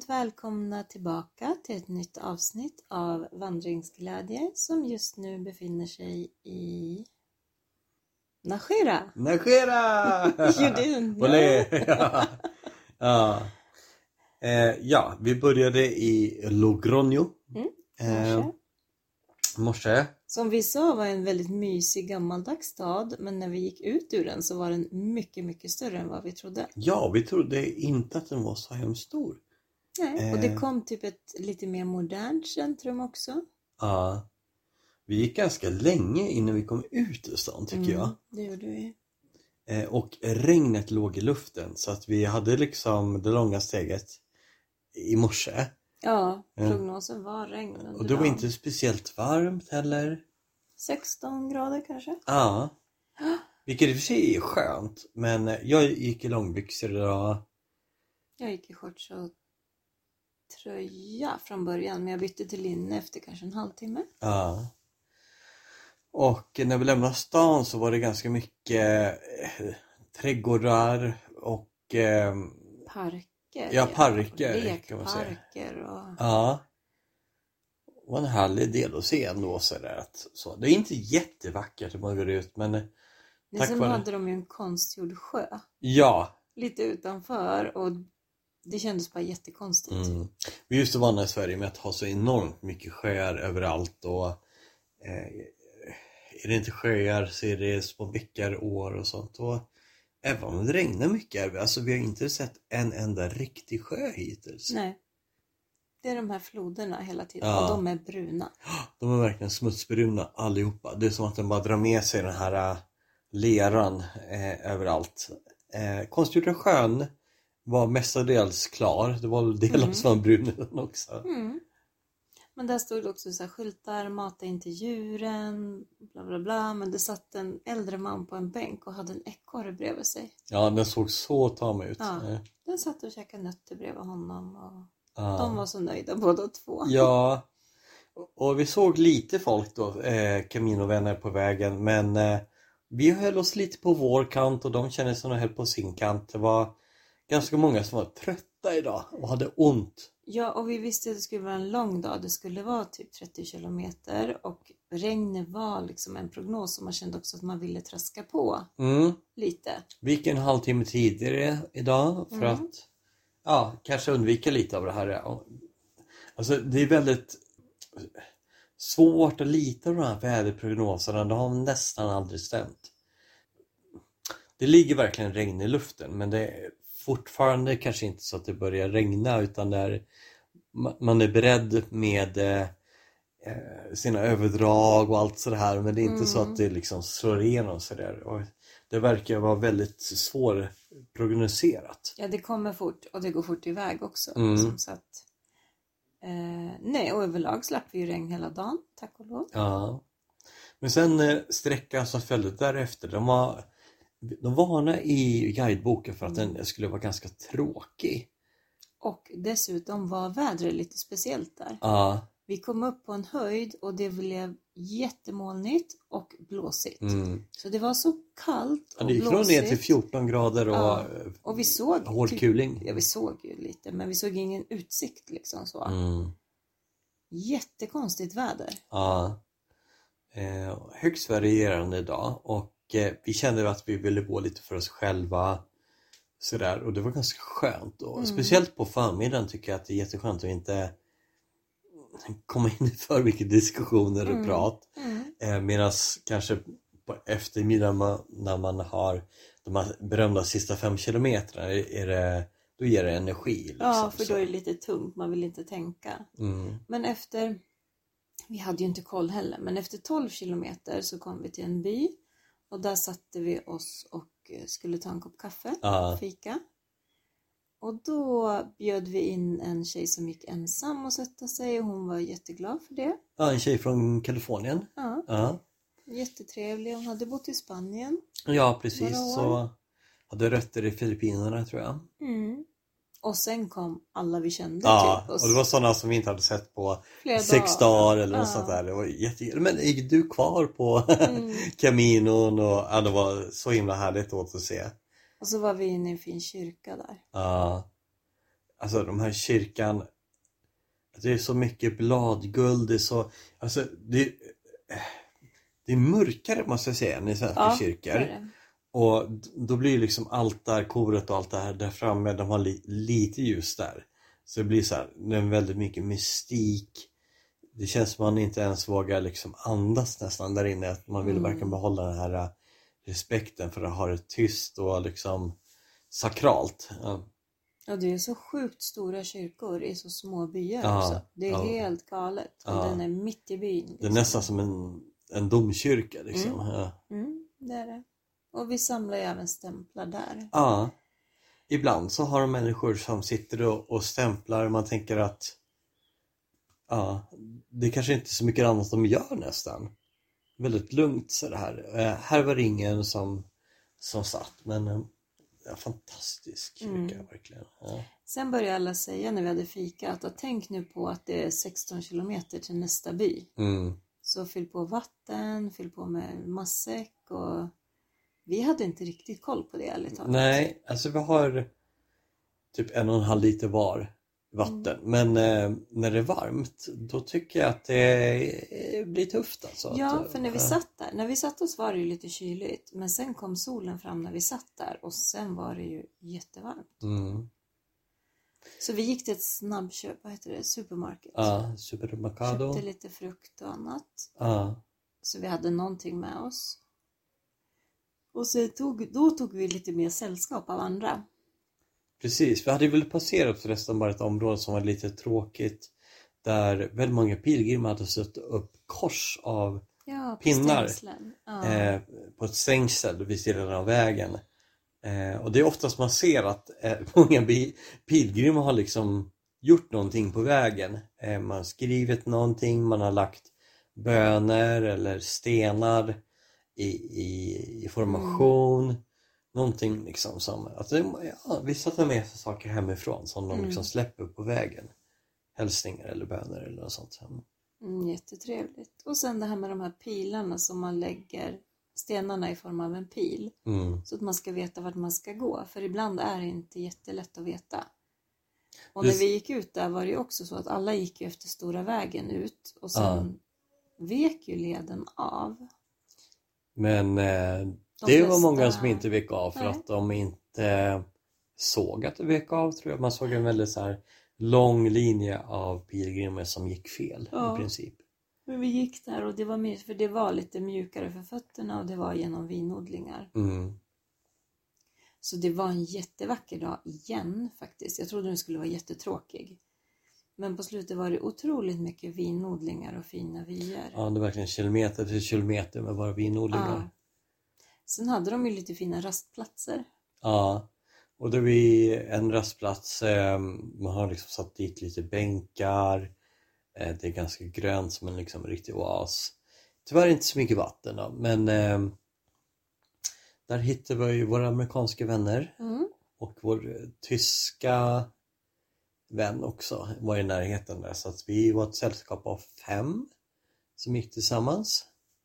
Varmt välkomna tillbaka till ett nytt avsnitt av Vandringsglädje som just nu befinner sig i Najera. You didn't know. Ja, vi började i Logroño. Morse. Som vi sa var en väldigt mysig gammaldags stad, men när vi gick ut ur den så var den mycket, mycket större än vad vi trodde. Ja, vi trodde inte att den var så hemskt stor. Nej, och det kom typ ett lite mer modernt centrum också. Ja, vi gick ganska länge innan vi kom ut ur stan tycker jag. Det gjorde vi. Och regnet låg i luften så att vi hade liksom det långa steget i morse. Ja, prognosen var regn under Och det var dagen. inte speciellt varmt heller. 16 grader kanske? Ja, vilket i och för sig är skönt. Men jag gick i långbyxor idag. Jag gick i shorts och tröja från början, men jag bytte till linne efter kanske en halvtimme. Ja. Och när vi lämnade stan så var det ganska mycket trädgårdar och Parker. ja, parker. Lekparker och... Ja. Det var en härlig del att se ändå så. Det är inte jättevackert om man går ut, men sen hade de ju en konstgjord sjö. Ja. Lite utanför och det kändes bara jättekonstigt. Vi är just så vana i Sverige med att ha så enormt mycket sjöar överallt och är det inte sjöar så är det små bäckar, år och sånt. Och även om det regnar mycket, alltså vi har inte sett en enda riktig sjö hittills. Nej, det är de här floderna hela tiden Ja. och de är bruna. De är verkligen smutsbruna allihopa. Det är som att de bara drar med sig den här leran överallt. Konstgjorda sjön var mestadels klar. Det var delar som var brun i den också. Men där stod också så här skyltar, mata inte djuren, bla bla bla. Men det satt en äldre man på en bänk och hade en ekorre bredvid sig. Ja, den såg så tam ut. Ja, den satt och käkade nötter bredvid honom och de var så nöjda båda två. Ja, och vi såg lite folk då, Camino-vänner på vägen. Men vi höll oss lite på vår kant och de kände sig som de höll på sin kant. Det var ganska många som var trötta idag och hade ont. Ja, och vi visste att det skulle vara en lång dag. Det skulle vara typ 30 kilometer och regnet var liksom en prognos som man kände också att man ville traska på lite. Vi gick en halvtimme tidigare idag för att kanske undvika lite av det här. Alltså det är väldigt svårt att lita på de här väderprognoserna. De har nästan aldrig stämt. Det ligger verkligen regn i luften, men det är fortfarande kanske inte så att det börjar regna, utan man är beredd med sina överdrag och allt sådär, men det är inte så att det liksom slår igenom sådär. Och det verkar vara väldigt svårprognoserat. Ja, det kommer fort och det går fort iväg också. Liksom, så att, nej, och överlag slapp vi ju regn hela dagen, tack och lov. Ja. Men sen sträckan som följde därefter, de varnade i guideboken för att den skulle vara ganska tråkig. Och dessutom var vädret lite speciellt där. Ja. Vi kom upp på en höjd och det blev jättemolnigt och blåsigt. Så det var så kallt och det gick blåsigt. ner till 14 grader och vi såg hård kuling. Ja, vi såg ju lite, men vi såg ingen utsikt liksom så. Jättekonstigt väder. Ja. Högst varierande idag och vi kände att vi ville gå lite för oss själva sådär, och det var ganska skönt och speciellt på förmiddagen tycker jag att det är jätteskönt att inte komma in i för mycket diskussioner och prat. Medan kanske på eftermiddagen när man har de här berömda sista 5 kilometerna då ger det energi liksom. Ja, för då är det lite tungt, man vill inte tänka. Men vi hade ju inte koll heller, men efter 12 kilometer så kom vi till en by. Och där satte vi oss och skulle ta en kopp kaffe, fika. Och då bjöd vi in en tjej som gick ensam och sätta sig. Och hon var jätteglad för det. Ja, en tjej från Kalifornien. Ja. Jättetrevlig. Hon hade bott i Spanien. Ja, precis. Så hade rötter i Filippinerna tror jag. Och sen kom alla vi kände till oss. Och det var sådana som vi inte hade sett på 6 dagar eller något sånt där. Det var jättekul. Men är du kvar på Caminon? Och det var så himla härligt att se. Och så var vi inne i en fin kyrka där. Ja. alltså de här kyrkan, det är så mycket bladguld, det är så, alltså det är mörkare måste jag säga än i svenska kyrkor. Det. Och då blir liksom altarkoret och allt det här där framme, de har lite ljus där. Så det blir så här, det är väldigt mycket mystik. Det känns som man inte ens vågar liksom andas nästan där inne. Att man vill verkligen behålla den här respekten för att ha det tyst och liksom sakralt. Ja, det är så sjukt stora kyrkor i så små byar också. Det är helt galet. Och den är mitt i byn. Liksom. Det är nästan som en domkyrka liksom. Det är det. Och vi samlar ju även stämplar där. Ja. Ibland så har de människor som sitter och stämplar. Man tänker att det kanske inte är så mycket annat de gör nästan. Väldigt lugnt så det här. Här var det ingen som satt. Men fantastisk kyrka verkligen. Ja. Sen började alla säga när vi hade fikat att tänk nu på att det är 16 kilometer till nästa by. Så fyll på vatten, fyll på med matsäck och vi hade inte riktigt koll på det ärligt talat. Nej, alltså vi har typ 1,5 liter var vatten. Men när det är varmt då tycker jag att det blir tufft alltså. Ja, för när vi satt oss var det ju lite kyligt. Men sen kom solen fram när vi satt där och sen var det ju jättevarmt. Så vi gick till ett snabbköp, vad heter det? Supermarket. Ja, supermercado. Köpte lite frukt och annat. Ja. Så vi hade någonting med oss. Och så tog vi lite mer sällskap av andra. Precis, vi hade väl passerat förresten bara ett område som var lite tråkigt. Där väldigt många pilgrimer hade satt upp kors av pinnar. På ett stängsel vid sidan av vägen. Och det är oftast man ser att många pilgrimer har liksom gjort någonting på vägen. Man har skrivit någonting, man har lagt böner eller stenar i formation. Någonting liksom som att vissa tar med sig saker hemifrån som de liksom släpper på vägen. Hälsningar eller böner eller något sånt. Jättetrevligt. Och sen det här med de här pilarna som man lägger stenarna i form av en pil. Så att man ska veta vart man ska gå. För ibland är det inte jättelätt att veta. Och när vi gick ut där var det också så att alla gick ju efter stora vägen ut. Och sen vek ju leden av. Men det var många som inte vek av för att de inte såg att det vek av, tror jag. Man såg en väldigt så här lång linje av pilgrimer som gick fel i princip. Men vi gick där och det var mer, för det var lite mjukare för fötterna och det var genom vinodlingar. Så det var en jättevacker dag igen faktiskt. Jag trodde den skulle vara jättetråkig. Men på slutet var det otroligt mycket vinodlingar och fina vyer. Ja, det var verkligen kilometer till kilometer med bara vinodlingar. Ja. Sen hade de ju lite fina rastplatser. Ja, och det var en rastplats. Man har liksom satt dit lite bänkar. Det är ganska grönt som en liksom riktig oas. Tyvärr inte så mycket vatten då, men där hittade vi ju våra amerikanska vänner. Och vår tyska vän också var i närheten där. Så att vi var ett sällskap av 5 som gick tillsammans.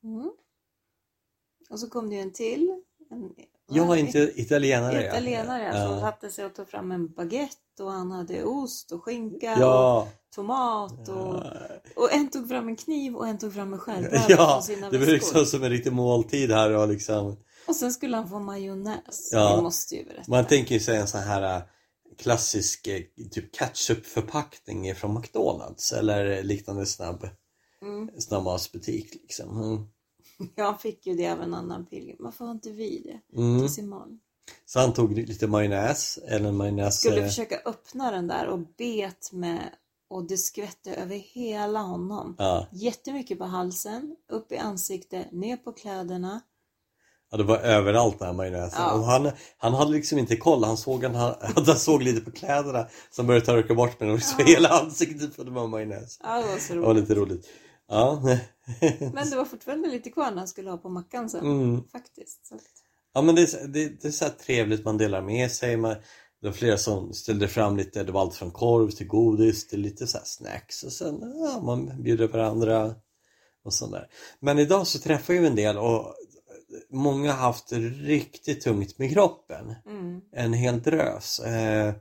Och så kom det ju en till. Jag var inte italienare. Italienare som satte sig och tog fram en baguette. Och han hade ost och skinka och tomat. Och en tog fram en kniv och en tog fram en skärbräda på sina det var liksom som en riktig måltid här. Och, liksom. Och sen skulle han få majonnäs. Det måste ju berätta. Man tänker ju sig en sån här klassisk typ ketchupförpackning från McDonalds. Eller liknande snabbmatsbutik liksom. Jag fick ju det av en annan pilgrim. Varför har inte vi det till sin man? Så han tog lite majonnäs. Eller majonnäs. Skulle försöka öppna den där och bet med. Och det skvätte över hela honom. Jättemycket på halsen. Upp i ansiktet. Ner på kläderna. Ja, det var överallt den här majonnäsen. Och han hade liksom inte koll. Han såg lite på kläderna. Som började torka bort med hela ansiktet för det var majonnäs. Ja, det var så roligt. Det var lite roligt. Ja. Men det var fortfarande lite kvar när han skulle ha på mackan sen. Faktiskt. Så. Ja, men det är så här trevligt, man delar med sig. Det var flera som ställde fram lite, det var allt från korv till godis till lite så här snacks. Och sen man bjuder varandra och sånt där. Men idag så träffar jag en del och många har haft riktigt tungt med kroppen. En hel drös.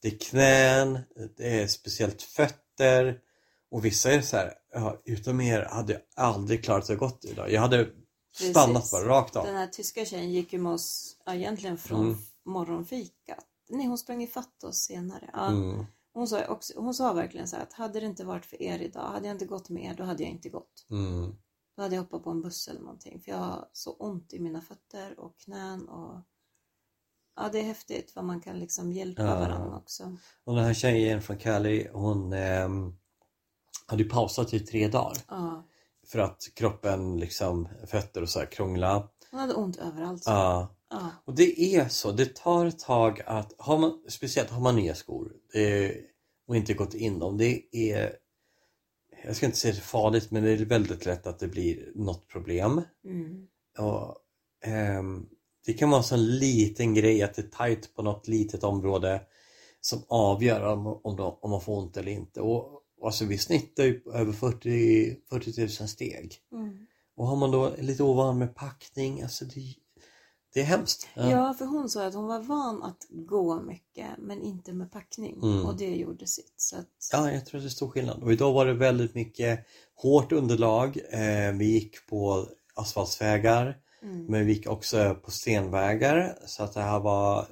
Det är knän, det är speciellt fötter. Och vissa är så här, utom er hade jag aldrig klarat att gått idag. Jag hade stannat bara rakt av. Den här tyska tjejen gick ju med oss egentligen från morgonfikat. Nej, hon sprang ifatt oss senare. Ja. Hon sa verkligen så här att hade det inte varit för er idag, hade jag inte gått med er, då hade jag inte gått. Då hade jag hoppat på en buss eller någonting. För jag har så ont i mina fötter och knän. Och ja, det är häftigt vad man kan liksom hjälpa varandra också. Och den här tjejen från Cali, hon hade ju pausat i 3 dagar. För att kroppen liksom, fötter och så här krångla. Hon hade ont överallt. Och det är så, det tar ett tag att, speciellt har man nya skor och inte gått in dem, det är, jag ska inte säga det är farligt, men det är väldigt lätt att det blir något problem. Och det kan vara en sån liten grej att det är tajt på något litet område som avgör om man får ont eller inte. Och alltså vi snittar ju över 40 000 steg. Och har man då lite ovan med packning, alltså det är hemskt. Ja, för hon sa att hon var van att gå mycket, men inte med packning. Och det gjorde sitt. Så att... Ja, jag tror det är stor skillnad. Och idag var det väldigt mycket hårt underlag. Vi gick på asfaltsvägar. Men vi gick också på stenvägar. Så att det här var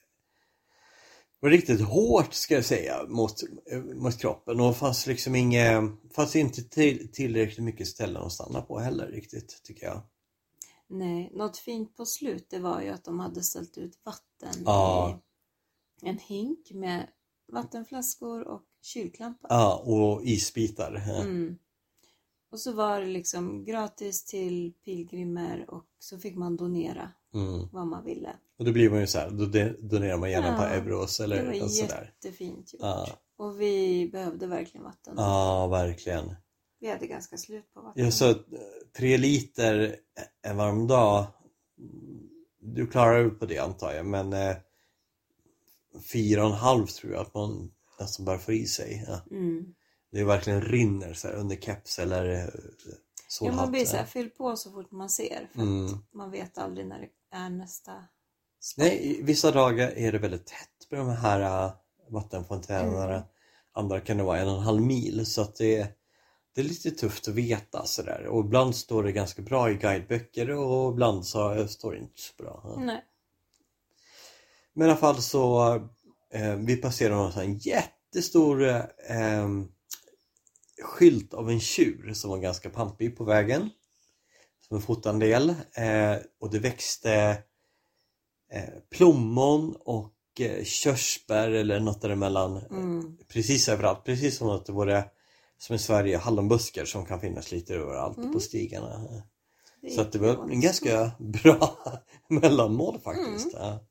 riktigt hårt, ska jag säga, mot kroppen. Och fanns liksom fanns inte tillräckligt mycket ställen att stanna på heller riktigt, tycker jag. Nej, något fint på slut, det var ju att de hade ställt ut vatten i en hink med vattenflaskor och kylklampar. Ja, och isbitar. Och så var det liksom gratis till pilgrimer och så fick man donera vad man ville. Och då blir man ju så här, då donerar man gärna ett par euros eller det var sådär. Jättefint gjort. Och vi behövde verkligen vatten. Ja, verkligen. Vi hade ganska slut på vatten. Ja, så 3 liter en varm dag, du klarar ut på det antar jag, men 4,5 tror jag att man nästan bara får i sig. Ja. Det verkligen rinner så här under keps eller solhatt. Ja, man blir så här, fyll på så fort man ser. För att man vet aldrig när det är nästa stopp. Nej, vissa dagar är det väldigt tätt på de här vattenfontänerna. Andra kan det vara 1,5 mil. Så att det är lite tufft att veta sådär. Och ibland står det ganska bra i guideböcker och ibland så står det inte så bra. Ja. Nej. Men i alla fall så vi passerade en jättestor skylt av en tjur som var ganska pampig på vägen. Som en fotandel. Och det växte plommon och körsbär eller något däremellan. Precis överallt. Precis som att det vore som i Sverige hallonbuskar som kan finnas lite överallt på stigarna. Så att det var en ganska bra mellanmål faktiskt.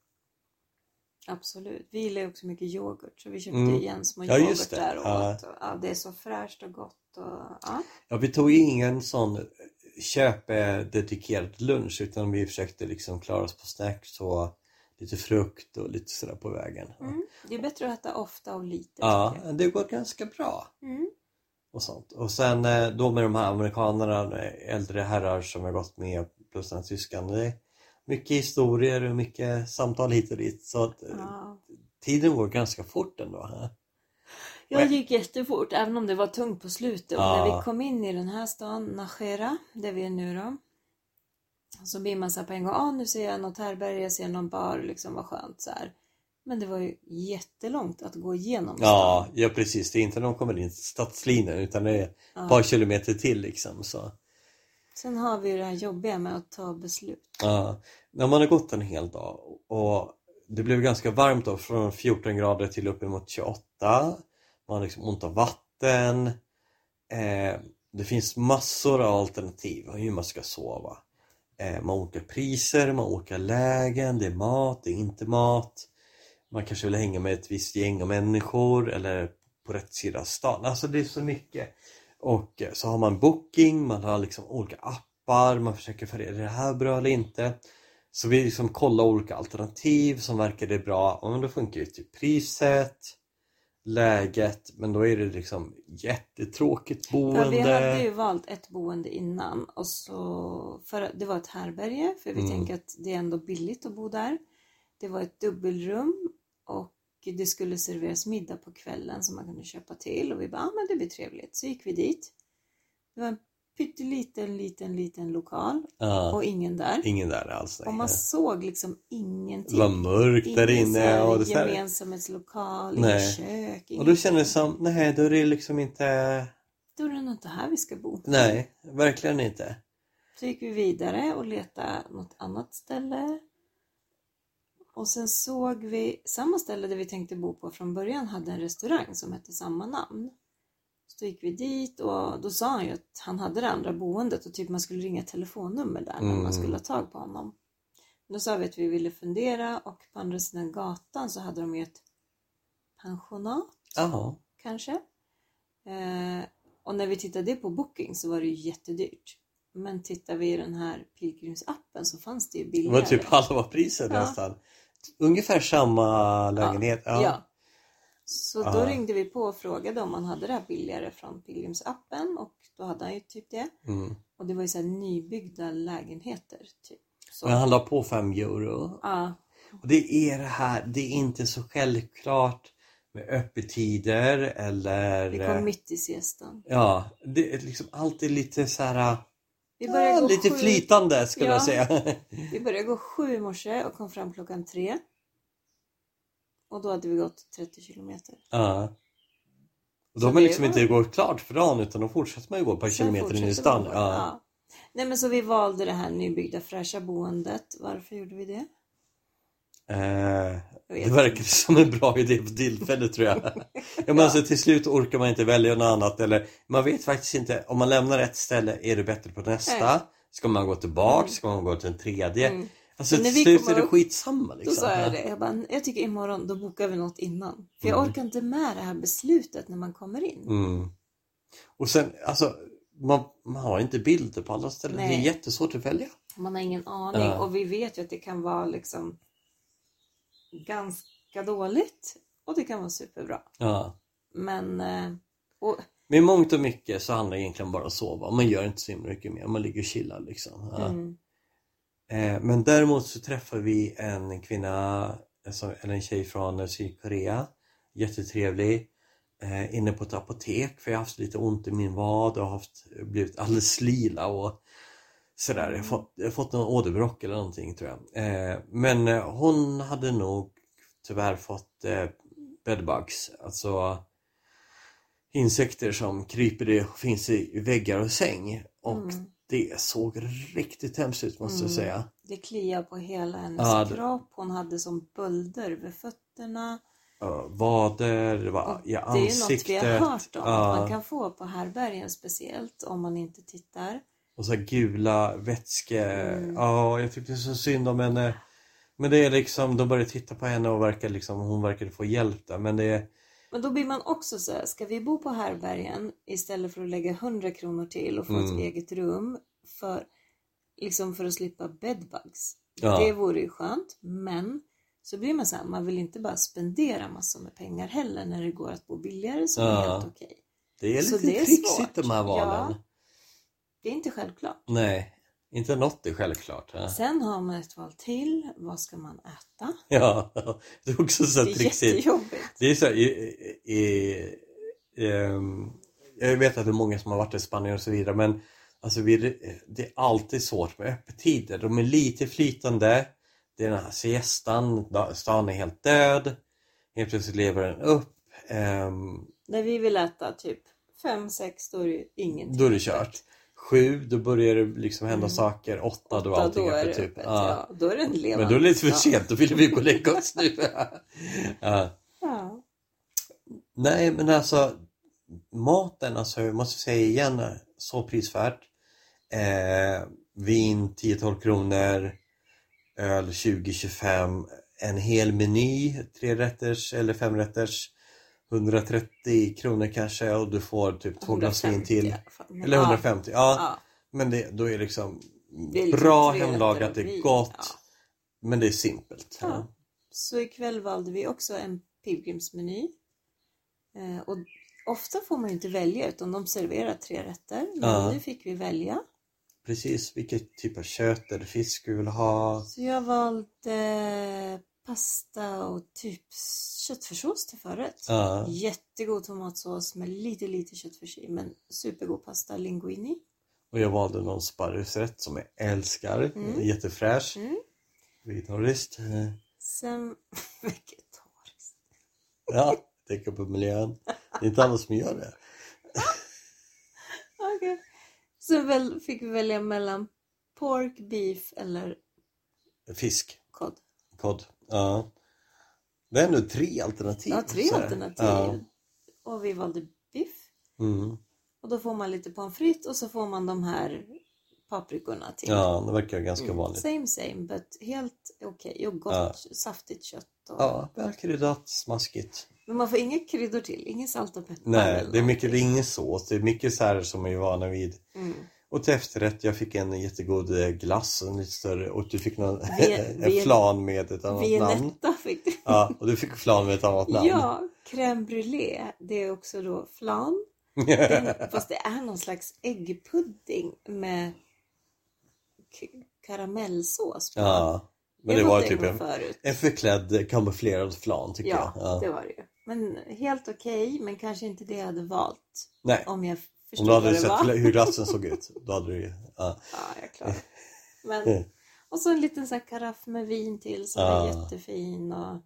Absolut. Vi gillar också mycket yoghurt, så vi köpte igen små yoghurt där och åt. Det är så fräscht och gott. Ja, vi tog ingen sån köpededikerad lunch, utan vi försökte liksom klara oss på snacks och lite frukt och lite sådär på vägen. Det är bättre att äta ofta och lite. Ja, det går ganska bra. Och sånt. Och sen då med de här amerikanerna, äldre herrar som har gått med plus den här tyskan, det är mycket historier och mycket samtal hit och dit. Så att tiden går ganska fort ändå. Jag gick jättefort, även om det var tungt på slutet. Och när vi kom in i den här stan, Najera, där vi är nu då, så blir man så här på en gång, nu ser jag något härberg, jag ser någon bar, liksom vad skönt så här. Men det var ju jättelångt att gå igenom stan. Ja, precis. Det är inte när de kommer in till stadslinjen, utan det är ett par kilometer till liksom. Så. Sen har vi det här jobbiga med att ta beslut. Ja, när man har gått en hel dag och det blev ganska varmt då, från 14 grader till uppemot 28. Man har liksom ont av vatten. Det finns massor av alternativ hur man ska sova. Man har olika priser, man har olika lägen, det är mat, det är inte mat. Man kanske vill hänga med ett visst gäng av människor eller på rätt sida av stan. Alltså det är så mycket. Och så har man booking, man har liksom olika appar, man försöker för är det här bra eller inte. Så vi liksom kollar olika alternativ som verkar det bra. Och då funkar ju typ priset, läget, men då är det liksom jättetråkigt boende. Ja, vi hade ju valt ett boende innan och så, för det var ett härberge, för vi tänker att det är ändå billigt att bo där. Det var ett dubbelrum och det skulle serveras middag på kvällen som man kunde köpa till. Och vi bara, men det blir trevligt. Så gick vi dit. Det var en pytteliten lokal. Och ingen där. Ingen där alls. Och man såg liksom ingenting. Det var mörkt där inne. Och det gemensamhetslokal, inget kök. Och då kändes det som, nej, då är det liksom inte... Då är det inte här vi ska bo. Nej, verkligen inte. Så gick vi vidare och letade något annat ställe. Och sen såg vi samma ställe där vi tänkte bo på från början hade en restaurang som hette samma namn. Så gick vi dit och då sa han ju att han hade det andra boendet och typ man skulle ringa telefonnummer där när man skulle ha tag på honom. Då sa vi att vi ville fundera och på andra sidan gatan så hade de ju ett pensionat. Kanske. Och när vi tittade på Booking så var det ju jättedyrt. Men tittar vi i den här pilgrimsappen så fanns det ju billigare. Det var typ halva priset nästan. Ungefär samma lägenhet. Ja. Så då ringde vi på och frågade om man hade det här billigare från pilgrimsappen. Och då hade han ju typ det. Och det var ju så här nybyggda lägenheter typ. Så. Men han la på 5 euro. Och det är det här, det är inte så självklart med öppettider eller... Vi kom mitt i siestan. Ja, det är liksom alltid lite så här... lite 7... flytande skulle jag säga. Vi började gå 7 i morse och kom fram 3:00. Och då hade vi gått 30 kilometer. Ja. Och då har man liksom inte gått klart för dagen utan då fortsätter man ju gå ett par kilometer in i stan. Ja. Nej men så vi valde det här nybyggda fräscha boendet. Varför gjorde vi det? Det verkar som en bra idé på tillfället tror jag. Men alltså, till slut orkar man inte välja något annat. Eller man vet faktiskt inte. Om man lämnar ett ställe, är det bättre på nästa? Ska man gå tillbaka? Ska man gå till en tredje? Alltså till slut är det skitsamma liksom. Då sa jag det. Jag tycker imorgon då bokar vi något innan. För jag orkar inte med det här beslutet när man kommer in. Och sen, alltså man har inte bilder på alla ställen. Nej. Det är jättesvårt att välja. Man har ingen aning. Och vi vet ju att det kan vara liksom ganska dåligt. Och det kan vara superbra. Men med mångt och mycket så handlar det egentligen bara om att sova. Man gör inte så mycket mer. Man ligger och chillar liksom. Men däremot så träffar vi en kvinna eller en tjej från Sydkorea. Jättetrevlig. Inne på ett apotek. För jag har haft lite ont i min vad. Och har blivit alldeles lila och sådär. Jag har fått någon åderbråck eller någonting tror jag. Men hon hade nog tyvärr fått bedbugs. Alltså insekter som kryper och finns i väggar och säng. Och det såg riktigt hemskt ut måste jag säga. Det kliar på hela hennes kropp. Hon hade som bölder vid fötterna. Vader, det var i ansiktet. Det är ju något vi har hört om. Att man kan få på härbergen speciellt om man inte tittar. Och så här gula vätskor. Jag tyckte det så synd om henne. Men det är liksom, de började titta på henne och hon verkade få hjälp där. Men då blir man också så här, ska vi bo på härbergen istället för att lägga 100 kronor till och få ett eget rum för att slippa bedbugs. Det vore ju skönt, men så blir man så här, man vill inte bara spendera massor med pengar heller när det går att bo billigare som är helt okej. Det är lite trixigt de här valen. Det är inte självklart. Nej, inte något är självklart. Sen har man ett val till. Vad ska man äta? Ja, det är också så trixigt. Det är jättejobbigt. Det är så jag vet att det är många som har varit i Spanien och så vidare. Men alltså, det är alltid svårt med öppettider. De är lite flytande. Det är den här siestan. Stan är helt död. Helt plötsligt lever den upp. När vi vill äta typ 5-6 då är det ingenting. Då är det kört. 7, då börjar det liksom hända saker. 8, då är allting öppet typ. Då är det en levande. Men då är det lite för sent, då vill vi gå och lägga oss nu. Nej, men alltså maten, alltså jag måste säga igen, så prisvärt. Vin 10-12 kronor, öl 20-25, en hel meny, 3-rätters eller 5-rätters, 130 kronor kanske, och du får typ 2 glas vin till. Eller 150, men då är liksom bra hemlagat, det är gott, men det är simpelt. Så ikväll valde vi också en pilgrimsmeny. Och ofta får man inte välja utan de serverar 3 rätter. Men nu fick vi välja. Precis, vilket typ av kött eller fisk vi vill ha. Så jag valde pasta och typ köttfärssås till förrätt. Jättegod tomatsås med lite köttfärs i, men supergod pasta linguini. Och jag valde någon sparrisrätt som jag älskar. Jättefräsch. Vegetariskt. Sen vegetariskt. Ja, tänker på miljön. Det är inte alla som gör det. Okej. Så fick vi välja mellan pork, beef eller fisk. Cod. Ja. Det är nu 3 alternativ. Ja, 3 alternativ. Ja. Och vi valde beef. Och då får man lite pommes frites och så får man de här paprikorna till. Ja, det verkar ganska vanligt. Same, but helt okej. Och gott, saftigt kött. Och... Ja, välkryddat, smaskigt. Men man får inga kryddor till, ingen salt och peppar. Nej, det är ingen sås. Det är mycket så här som är vana vid. Och till efterrätt, jag fick en jättegod glass, en lite större. Och du fick en flan med ett annat namn. Viennetta fick du. Ja, och du fick flan med ett annat namn. Ja, crème brûlée. Det är också då flan. Fast det är någon slags äggpudding med karamellsås på. Ja, men det var typ en förklädd kamouflerad flan tycker jag. Ja, det var det ju. Men helt okej, men kanske inte det jag hade valt. Nej. Om jag förstod om du hade vad det sett var. hur glassen såg ut, då hade du Ja, jag klarar. Men och så en liten så här karaff med vin till som är jättefin och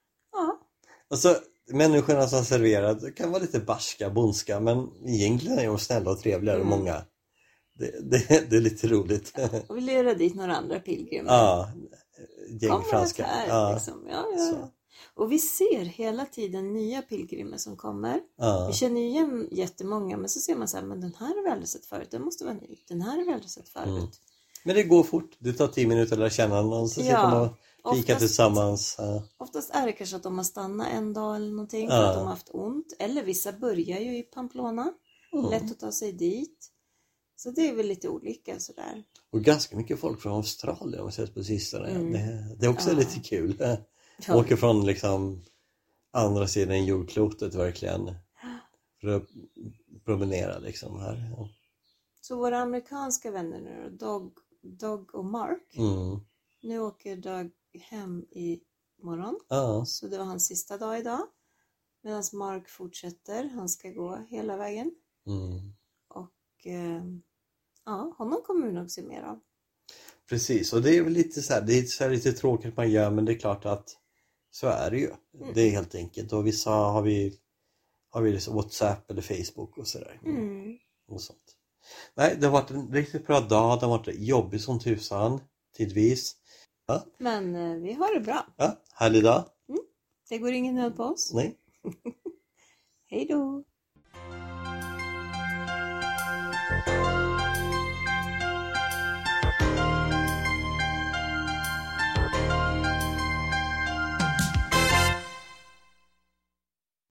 Alltså människorna som serverar kan vara lite barska, bondska, men egentligen är de snälla och trevligare många. Det är lite roligt. Och vi leder dit några andra pilgrimer. Ja, gäng franska. Här, liksom. Ja. Och vi ser hela tiden nya pilgrimer som kommer. Vi känner igen jättemånga, men så ser man så här, men den här har vi aldrig sett förut. Den måste vara ny. Den här har vi aldrig sett förut. Men det går fort. Det tar 10 minuter att känna någon, så sitter man och fika tillsammans. Oftast är det kanske att de har stannat en dag eller någonting för att de har haft ont. Eller vissa börjar ju i Pamplona. Lätt att ta sig dit. Så det är väl lite olika sådär. Och ganska mycket folk från Australien har vi sett på sistone. Det är också lite kul. Åker från liksom andra sidan jordklotet verkligen. För att promenera liksom här. Ja. Så våra amerikanska vänner nu då, Doug och Mark. Nu åker Doug hem i morgon. Så det var hans sista dag idag. Medan Mark fortsätter. Han ska gå hela vägen. Och honom kommer vi nog se mer av. Precis, och det är väl lite så här, det är så här lite tråkigt att man gör, men det är klart att så är det ju. Det är helt enkelt. Och vissa har vi liksom WhatsApp eller Facebook och sådär. Och sånt. Nej, det har varit en riktigt bra dag. Det har varit jobbigt som tusan tidvis. Ja. Men vi har det bra. Ja, härlig dag. Det går ingen nöd på oss. Nej. Hej då.